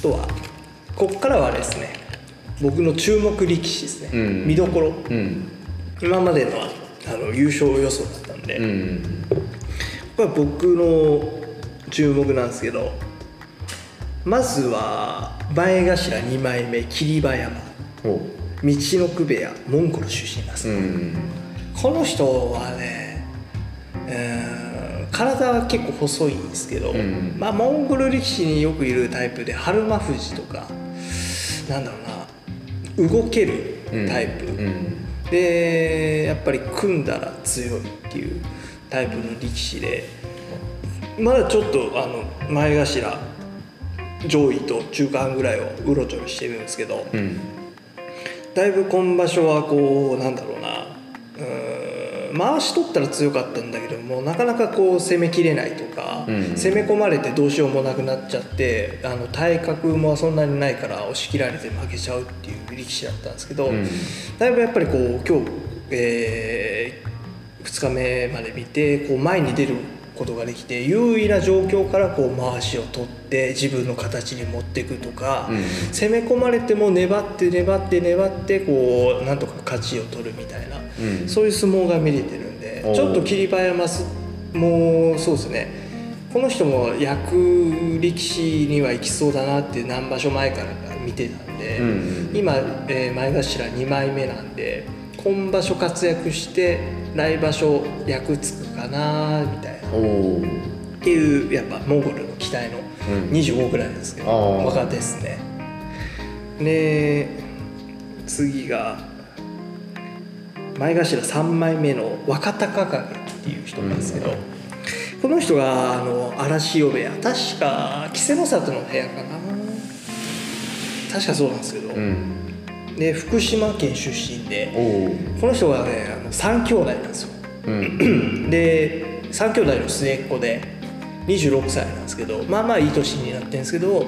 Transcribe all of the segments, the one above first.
とはこっからはですね、僕の注目力士ですね、見どころ、今までのは優勝予想だったんで、これは僕の注目なんですけど、まずは前頭2枚目霧馬山、道のく部屋モンゴル出身なんですよ、この人はね、体は結構細いんですけど、まあモンゴル力士によくいるタイプで春馬富士とかなんだろうな、動けるタイプ、でやっぱり組んだら強いっていうタイプの力士で、まだちょっと前頭上位と中間ぐらいをうろちょろしてるんですけど、だいぶ今場所はこうなんだろうな、回し取ったら強かったんだけども、なかなかこう攻めきれないとか、攻め込まれてどうしようもなくなっちゃって、体格もそんなにないから押し切られて負けちゃうっていう力士だったんですけど、だいぶやっぱりこう今日、2日目まで見てこう前に出ることができて、優位な状況からこう回しを取って自分の形に持っていくとか、攻め込まれても粘ってこうなんとか勝ちを取るみたいな、そういう相撲が見れてるんで、ちょっと霧馬山もそうですね、この人も役力士には行きそうだなって何場所前から見てたんで、今、前頭2枚目なんで、今場所活躍して来場所役つくかなみたいなっていう、やっぱモンゴルの期待の25ぐらいですけど、若手ですね。で次が前頭3枚目の若隆景っていう人なんですけど、この人が荒汐部屋、確か稀勢の里の部屋かな、確かそうなんですけど、で福島県出身で、この人がね3兄弟なんですよ、で3兄弟の末っ子で26歳なんですけど、まあまあいい年になってるんですけど、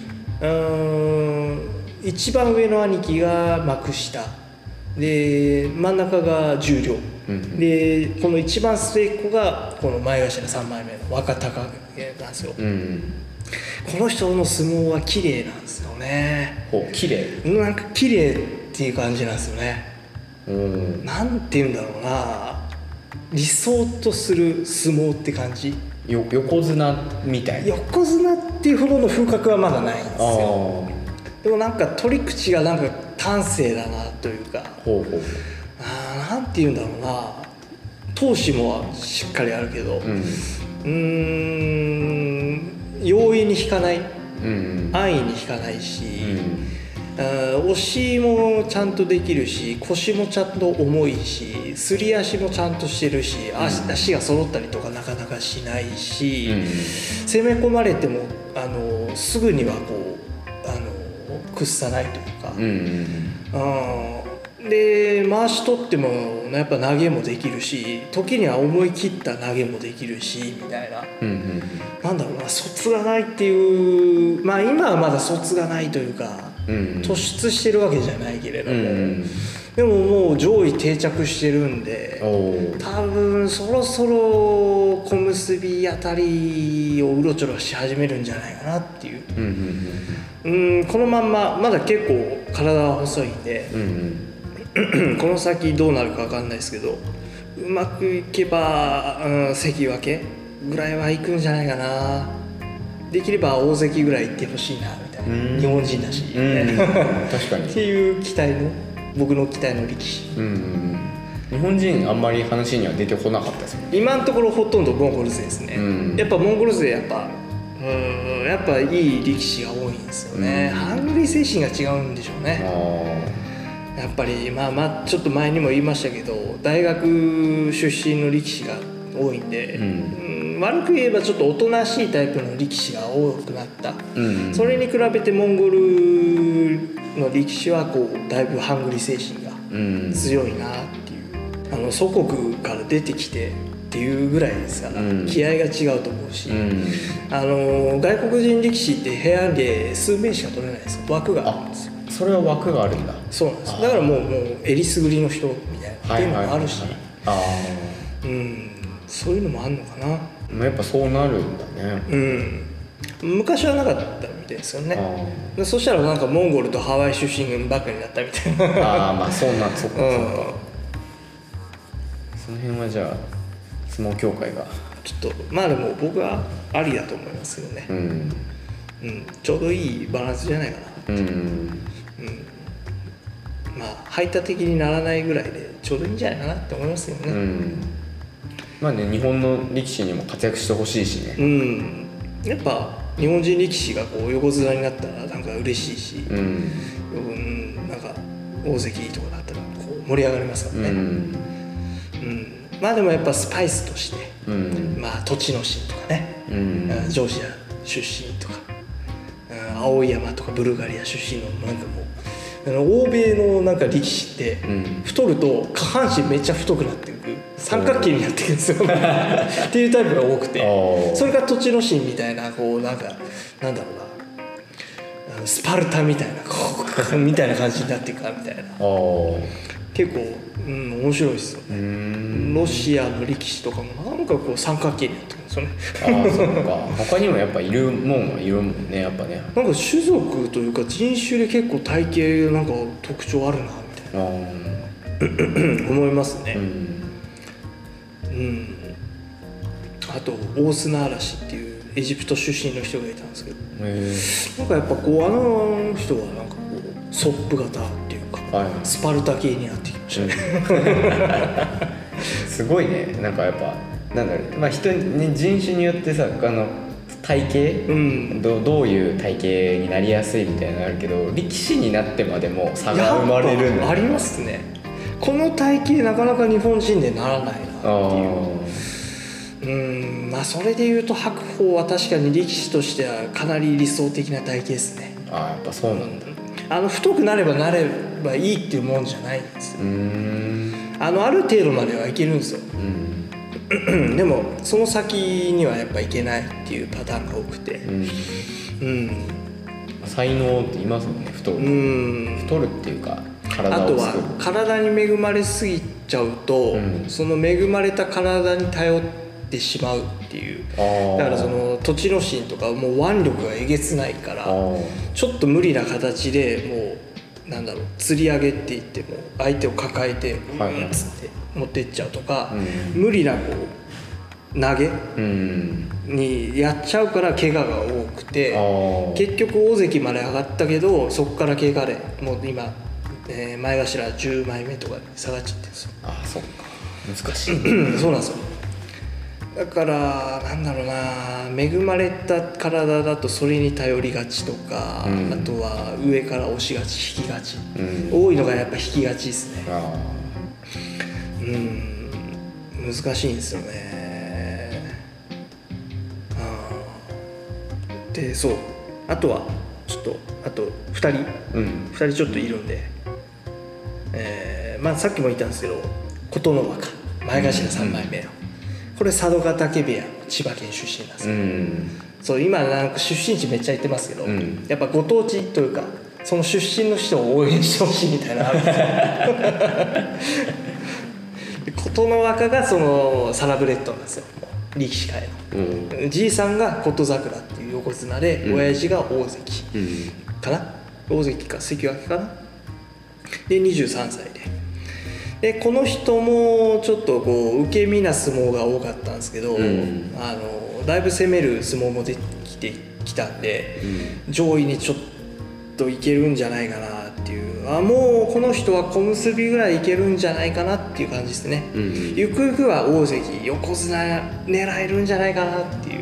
一番上の兄貴が幕下で、真ん中が十両、でこの一番末っ子がこの前頭3枚目の若隆景なんですよ、この人の相撲は綺麗なんですよね。 綺麗、 なんか綺麗っていう感じなんですよね。なんて言うんだろうな、理想とする相撲って感じ。 横綱みたいな。 横綱っていうほどの風格はまだないんですよ。でもなんか取り口がなんか端正だなというか、なんて言うんだろうな、闘志もしっかりあるけど、容易に引かない、安易に引かないし、押しもちゃんとできるし、腰もちゃんと重いし、すり足もちゃんとしてるし、足が揃ったりとかなかなかしないし、攻め込まれてもすぐにはこう屈さないというか、で回し取ってもやっぱ投げもできるし、時には思い切った投げもできるしみたいな、なんだろうな、卒がないっていう、まあ今はまだ卒がないというか、突出してるわけじゃないけれども、でももう上位定着してるんで、多分そろそろ小結あたりをうろちょろし始めるんじゃないかなっていう、このまんままだ結構体は細いんで、この先どうなるか分かんないですけど、うまくいけば、関脇ぐらいはいくんじゃないかな。できれば大関ぐらい行ってほしいなみたいな、日本人だし、 確かにっていう期待の、僕の期待の力士、 日本人あんまり話には出てこなかったですもんね。 今のところほとんどモンゴル勢ですね、やっぱモンゴル勢やっぱいい力士が多いんですよね、ハングリー精神が違うんでしょうね。やっぱりまあちょっと前にも言いましたけど、大学出身の力士が多いんで、悪く言えばちょっとおとなしいタイプの力士が多くなった、それに比べてモンゴルの力士はこうだいぶハングリー精神が強いなっていう、祖国から出てきてっていうぐらいですから、気合が違うと思うし、外国人力士って部屋で数名しか取れないですよ、枠があるんですよ。 それは枠があるんだ。 そうなんです。だからもうえりすぐりの人みたいなっていうのもあるし、そういうのもあるのかな。 やっぱそうなるんだね。 昔はなかったみたいですよね。でそしたらなんかモンゴルとハワイ出身ばっかりになったみたいなああまあそうなんそっかそっか、その辺はじゃあ相撲協会がちょっとまあでも僕はありだと思いますけどね、ちょうどいいバランスじゃないかな、まあ排他的にならないぐらいでちょうどいいんじゃないかなって思いますよね、 まあね日本の力士にも活躍してほしいしね、 やっぱ日本人力士がこう横綱になったらなんか嬉しいし、なんか大関とかだったらこう盛り上がりますからね、まあでもやっぱスパイスとして、まあ栃ノ心とかね、ジョージア出身とか、碧山とかブルガリア出身のなんかもう欧米のなんか力士って、太ると下半身めっちゃ太くなっていく三角形になっていくんですよっていうタイプが多くて、それが栃ノ心みたいなこうなんかなんだろうなスパルタみたいなこうみたいな感じになっていくかみたいな結構、面白いですよね。ロシアの力士とかもなんかこう三角形になってくるんですよね。 ああそうか他にもやっぱいるもんはいるもんねやっぱね。 なんか種族というか人種で結構体型なんか特徴あるなみたいな思いますね。あと大砂嵐っていうエジプト出身の人がいたんですけど、なんかやっぱこうあの人はなんかこうソップ型っていうか、スパルタ系になってきましたね、 すごいね。なんかやっぱなんだろう、まあ人に人種によってさ体型、どういう体型になりやすいみたいなのあるけど力士になってまでも差が生まれるんだ、 ありますね。この体型なかなか日本人でならないなっていう。まあそれでいうと白鵬は確かに力士としてはかなり理想的な体型ですね。 やっぱそうなんだ。 太くなればなればいいっていうもんじゃないんですよ。ある程度まではいけるんですよ、でもその先にはやっぱいけないっていうパターンが多くて、 才能って言いますもんね。太るっていうかあとは体に恵まれすぎちゃうと、その恵まれた体に頼ってしまうっていう。だからその栃ノ心とかもう腕力がえげつないからちょっと無理な形でもうなんだろう釣り上げって言っても相手を抱えてつって持ってっちゃうとか、無理なこう投げにやっちゃうから怪我が多くて、結局大関まで上がったけどそこから怪我でもう今前頭10枚目とかに下がっちゃってるんですよ。 そうか難しいそうなんですよ。だからなんだろうな恵まれた体だとそれに頼りがちとか、あとは上から押しがち引きがち、多いのがやっぱ引きがちですね。難しいんですよね。でそうあとはちょっとあと2人ちょっといるんで、まあさっきも言ったんですけど琴ノ若前頭3枚目の、これ佐渡ヶ嶽部屋の千葉県出身なんですよ、そう今なんか出身地めっちゃ言ってますけど、やっぱご当地というかその出身の人を応援してほしいみたいなのあるんですよ琴ノ若がそのサラブレッドなんですよ力士界の、じいさんが琴桜っていう横綱で、親父が大関かな、大関か関脇かなで23歳でこの人もちょっとこう受け身な相撲が多かったんですけど、だいぶ攻める相撲も出てきたんで、上位にちょっといけるんじゃないかなっていう、もうこの人は小結ぐらいいけるんじゃないかなっていう感じですね、ゆくゆくは大関横綱狙えるんじゃないかなっていう、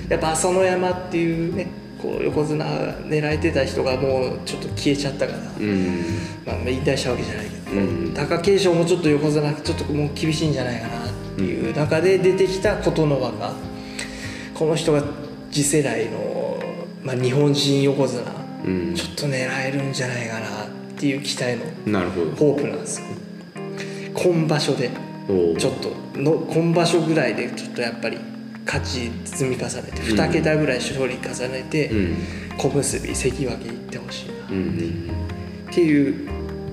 やっぱ朝乃山っていうねこう横綱狙えてた人がもうちょっと消えちゃったから、引退したわけじゃないけど、貴景勝もちょっと横綱ちょっともう厳しいんじゃないかなっていう中で出てきた琴ノ若、この人が次世代の、日本人横綱、ちょっと狙えるんじゃないかなっていう期待のホープなんですよ。今場所でちょっと今場所ぐらいでちょっとやっぱり勝ち積み重ねて2桁ぐらい勝利重ねて、小結関脇行ってほしいなっていう、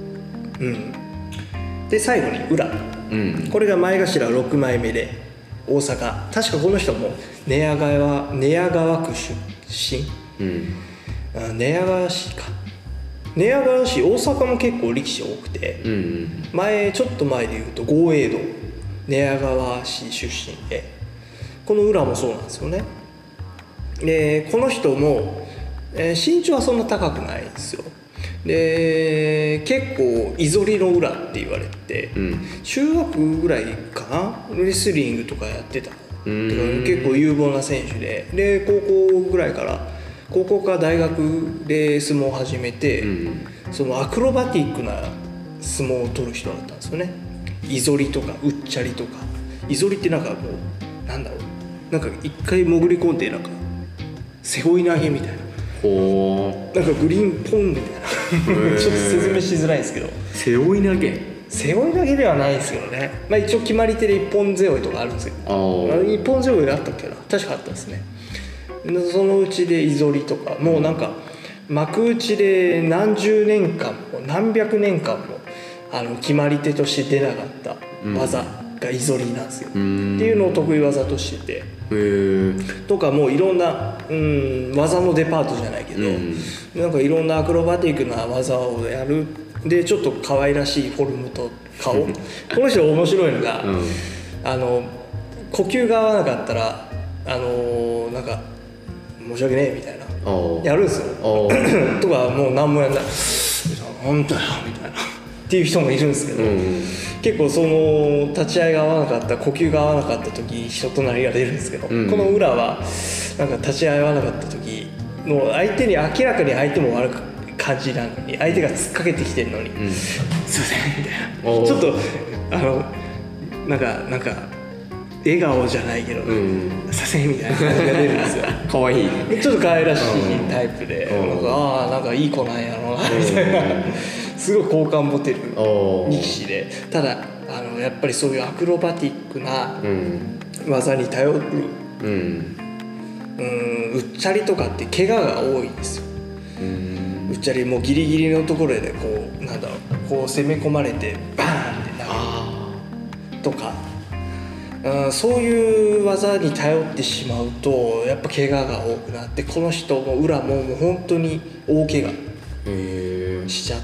で最後に宇良、これが前頭6枚目で大阪、確かこの人も寝屋川区出出身、 うん寝屋川市か、寝屋川市、大阪も結構力士多くて、 うんうん、 ちょっと前で言うと豪栄道、寝屋川市出身で、この浦もそうなんですよね。でこの人も、身長はそんな高くないんですよ。で結構いぞりの裏って言われて、中学ぐらいかな、レスリングとかやってた、結構有望な選手で、高校ぐらいから、高校から大学で相撲を始めて、そのアクロバティックな相撲を取る人だったんですよね。いぞりとかうっちゃりとか、いぞりってなんかもうなんだろう、なんか一回潜り込んでなんか背負い投げみたいな、なんかグリーンポンみたいなちょっと説明しづらいんですけど、 背負い投げではないですけどね、一応決まり手で一本背負いとかあるんですけど、一本背負いがあったっけな、確かあったですね。そのうちでいぞりとか、もうなんか幕内で何十年間も何百年間も決まり手として出なかった技がいぞりなんですよ、っていうのを得意技としてて、とかもういろんな、技のデパートじゃないけど、なんかいろんなアクロバティックな技をやる。でちょっと可愛らしいフォルムと顔この人面白いのが、呼吸が合わなかったらなんか申し訳ねえみたいなやるんですよとか、もう何もやんない本当だよみたいなっていう人もいるんですけど、結構その立ち合いが合わなかった、呼吸が合わなかった時人となりが出るんですけど、この裏はなんか立ち合い合わなかった時の相手に明らかに相手も悪く感じなのに、相手が突っかけてきてるのに、すいませんみたいな、ちょっとなんか笑顔じゃないけど、すいませんみたいな感じが出るんですよかわいい、 ちょっと可愛らしいタイプで、なんかいい子なんやろうなみたいな、すごい好感持てる力士で、ただやっぱりそういうアクロバティックな技に頼る、うっちゃりとかって怪我が多いんですよ。うっちゃりもうギリギリのところでこうなんだろう、こう攻め込まれてバーンってなるとか、そういう技に頼ってしまうとやっぱ怪我が多くなって、この人も裏ももう本当に大怪我しちゃって、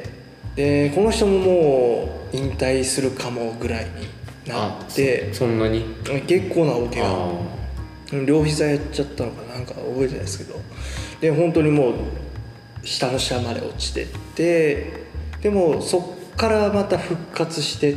でこの人ももう引退するかもぐらいになって、 そんなに結構な大怪我、両膝やっちゃったのかなんか覚えてないですけど、で本当にもう下の下まで落ちてって、でもそっからまた復活してって、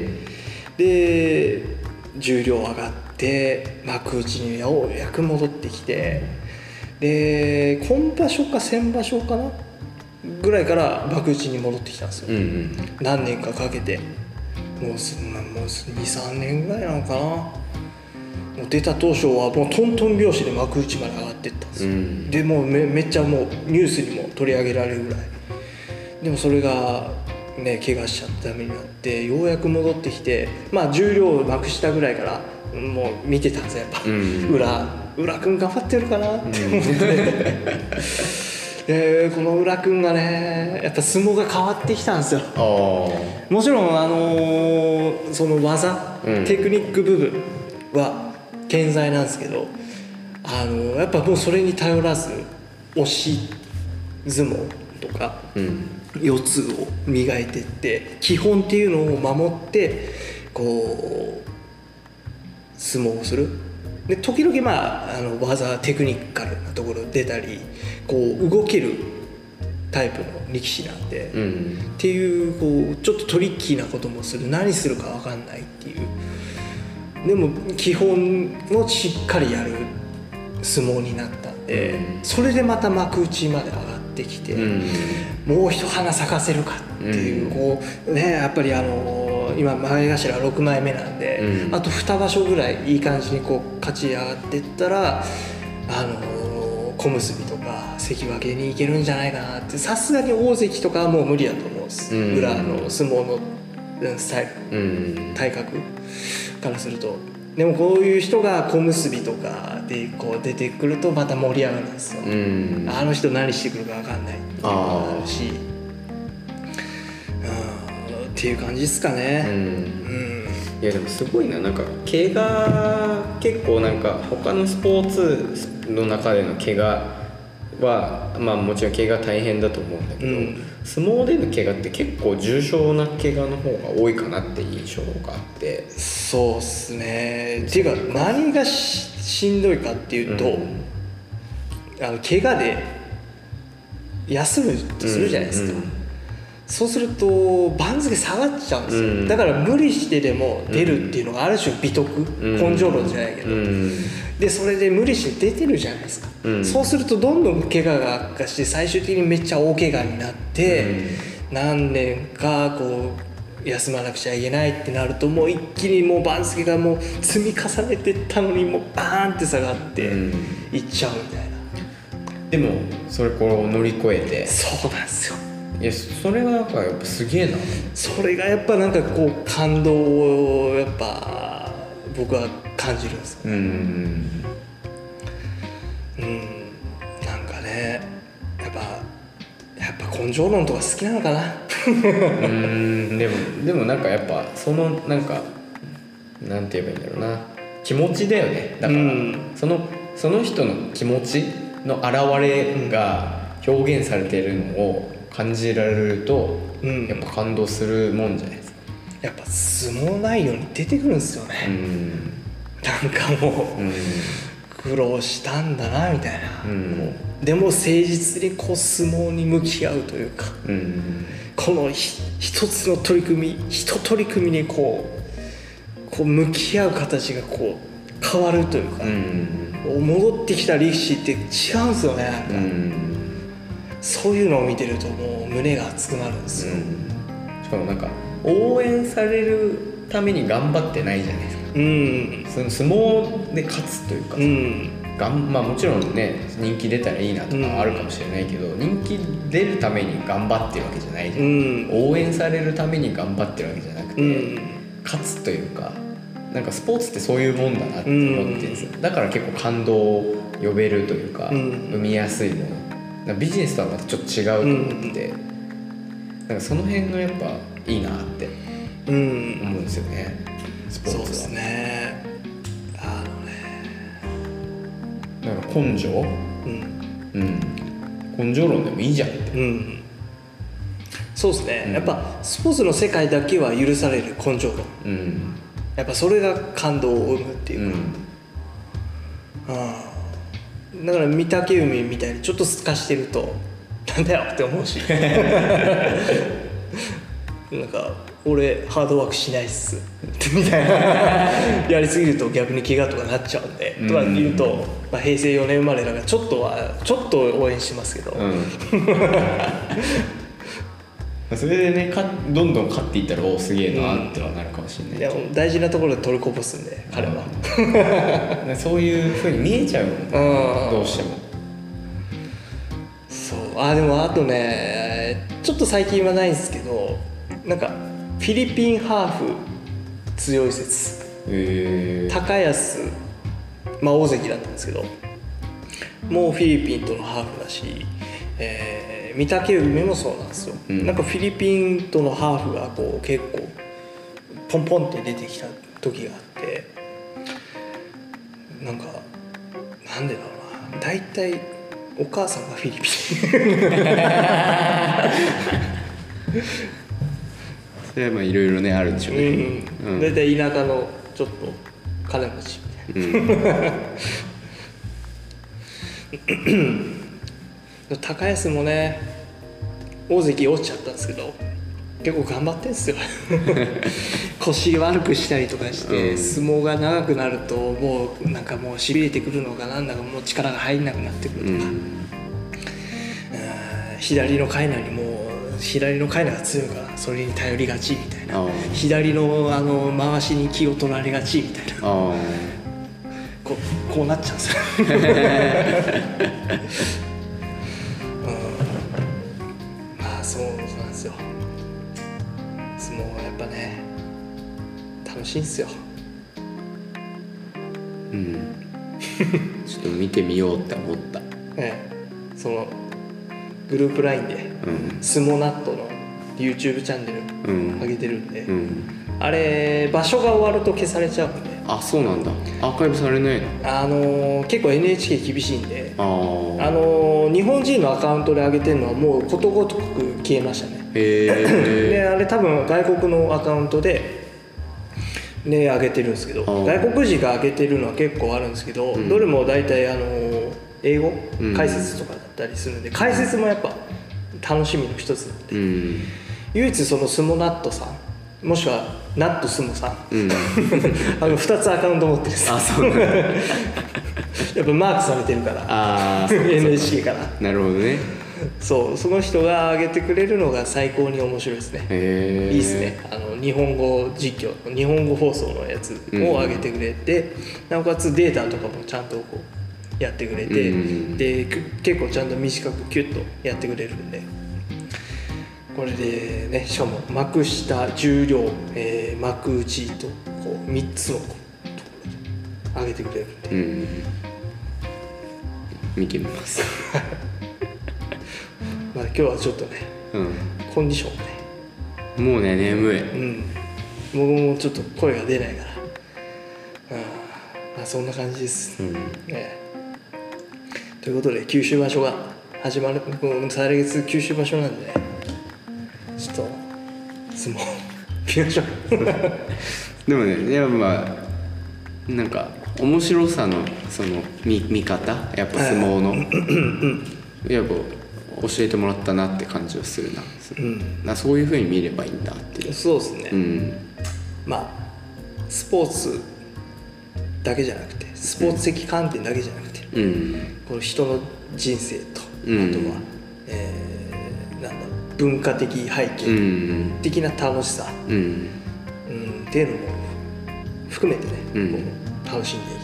で重量上がって幕内にようやく戻ってきて、で今場所か先場所かなぐらいから幕内に戻ってきたんですよ、何年かかけて、もう 2,3 年ぐらいなのかな。もう出た当初はもうトントン拍子で幕内まで上がっていったんですよ、でもうめっちゃもうニュースにも取り上げられるぐらい。でもそれがね怪我しちゃったためになって、ようやく戻ってきて、重量を幕下ぐらいからもう見てたんですよ、やっぱ、浦君頑張ってるかなって思ってでこの浦君がねやっぱ相撲が変わってきたんですよ。もちろんその技、テクニック部分は健在なんですけど、やっぱもうそれに頼らず押し相撲とか、四つを磨いていって基本っていうのを守ってこう相撲をする。で時々技テクニカルなところ出たりこう動けるタイプの力士なんで、っていうこうちょっとトリッキーなこともする、何するか分かんないっていう、でも基本をしっかりやる相撲になったんで、それでまた幕内まで上がってきて、もう一花咲かせるかっていう、こうねやっぱり今前頭6枚目なんで、あと2場所ぐらいいい感じにこう勝ち上がっていったら小結とか関脇に行けるんじゃないかなって。さすがに大関とかはもう無理だと思うんです、裏の相撲のスタイル、体格からすると。でもこういう人が小結とかでこう出てくるとまた盛り上がるんですよ、あの人何してくるか分かんないっていうのがあるし、っていう感じですかね。 いやでもすごいな、なんか怪我結構なんか他のスポーツの中での怪我はまあもちろん怪我大変だと思うんだけど、相撲での怪我って結構重症な怪我の方が多いかなって印象があって。 そうっすね。っていうか何がしんどいかっていうと、怪我で休むとするじゃないですか、そうすると番付下がっちゃうんですよ、だから無理してでも出るっていうのがある種美徳、根性論じゃないけど、でそれで無理して出てるじゃないですか、そうするとどんどん怪我が悪化して最終的にめっちゃ大怪我になって、何年かこう休まなくちゃいけないってなると、もう一気にもう番付がもう積み重ねてったのにもうバーンって下がっていっちゃうみたいな。 でもそれこう乗り越えて。 そうなんですよ。 いやそれはなんかやっぱすげえな。 それがやっぱなんかこう感動をやっぱ僕は感じるんですよ。なんかね、やっぱ根性論とか好きなのかな。 でもなんかやっぱそのなんかなんて言えばいいんだろうな、気持ちだよね。だからその人の気持ちの表れが表現されているのを感じられると、やっぱ感動するもんじゃないですか。 やっぱ相撲内容に出てくるんですよね。なんかもう、苦労したんだなみたいな、でも誠実にこう相撲に向き合うというか、この一つの取り組みにこう向き合う形がこう変わるというか、戻ってきた力士って違うんですよね。なんかそういうのを見てるともう胸が熱くなるんですよ、 しかもなんか応援されるために頑張ってないじゃないですか、その相撲で勝つというか、まあもちろんね人気出たらいいなとかあるかもしれないけど、人気出るために頑張ってるわけじゃないじゃん、応援されるために頑張ってるわけじゃなくて、勝つというか、なんかスポーツってそういうもんだなって思ってるんですよ。だから結構感動を呼べるというか、生みやすいもの、ビジネスとはまたちょっと違うと思ってて、なんかその辺がやっぱいいなって思うんですよね、スポーツは。そうですね。なんか根性、根性論でもいいじゃんって。 そうですね、やっぱスポーツの世界だけは許される根性論、やっぱそれが感動を生むっていうか、だから御嶽海みたいにちょっとすかしてるとなんだよって思うしなんか俺ハードワークしないっすみたいなやりすぎると逆に怪我とかなっちゃうんで、とか言うと、平成4年生まれだからちょっと応援しますけど、 それでねどんどん勝っていったらすげえなってはなるかもしれない。 いや大事なところで取りこぼすんで彼はそういう風に見えちゃうもん、どうしても。 そうでもあとね、ちょっと最近はないんですけど、なんかフィリピンハーフ強い説、高安、大関だったんですけど、もうフィリピンとのハーフだし、御嶽海もそうなんですよ、なんかフィリピンとのハーフがこう結構ポンポンって出てきた時があって、なんかなんでだろうな、大体お母さんがフィリピンそれはまあいろいろねあるんでしょうね、 大体田舎のちょっと金持ちみたいな、高安もね大関落ちちゃったんですけど結構頑張ってんすよ腰悪くしたりとかして、相撲が長くなるともうなんかもうしびれてくるのかなんだかもう力が入んなくなってくるとか、左のかいなにもう左のかいなが強いからそれに頼りがちみたいな、左の回しに気を取られがちみたいな、こうなっちゃうんですよそうなんですよ。相撲はやっぱね楽しいんですよ。 ちょっと見てみようって思った。 そのグループ LINE で、相撲ナットの YouTube チャンネル上げてるんで、 うん、 あれ場所が終わると消されちゃうんで。 あ、そうなんだ。アーカイブされないの？ 結構 NHK 厳しいんで、 日本人のアカウントで上げてるのはもうことごとく消えましたね。であれ多分外国のアカウントで上げてるんですけど、外国人が上げてるのは結構あるんですけど、どれも大体英語解説とかだったりするんで、解説もやっぱ楽しみの一つなんで、唯一そのスモナットさんもしくはナットスモさん、2つアカウント持ってるんですよ。 あ、そうなんだやっぱマークされてるから、NHK から。 なるほどね。 その人が上げてくれるのが最高に面白いですね。いいですね。日本語実況、日本語放送のやつを上げてくれて、なおかつデータとかもちゃんとこうやってくれて、で結構ちゃんと短くキュッとやってくれるんで、これでね、しかも幕下、重量、幕内とこう3つのところで上げてくれるんで、 見てみます。 まあ今日はちょっとね、コンディションがね、 もうね、眠い。 僕もちょっと声が出ないから、まあそんな感じです、ということで九州場所が始まる、再来月九州場所なんでね、ちょっと相撲見ましょう。 でもね、やっぱまあなんか面白さのその見方、やっぱ相撲のやっぱ教えてもらったなって感じはするな、そういう風に見ればいいんだっていう。 そうですね、まあスポーツだけじゃなくて、スポーツ的観点だけじゃなくて、この人の人生と、あとは、なんだろう、文化的背景的な楽しさ、っていうのも含めてね、楽しんで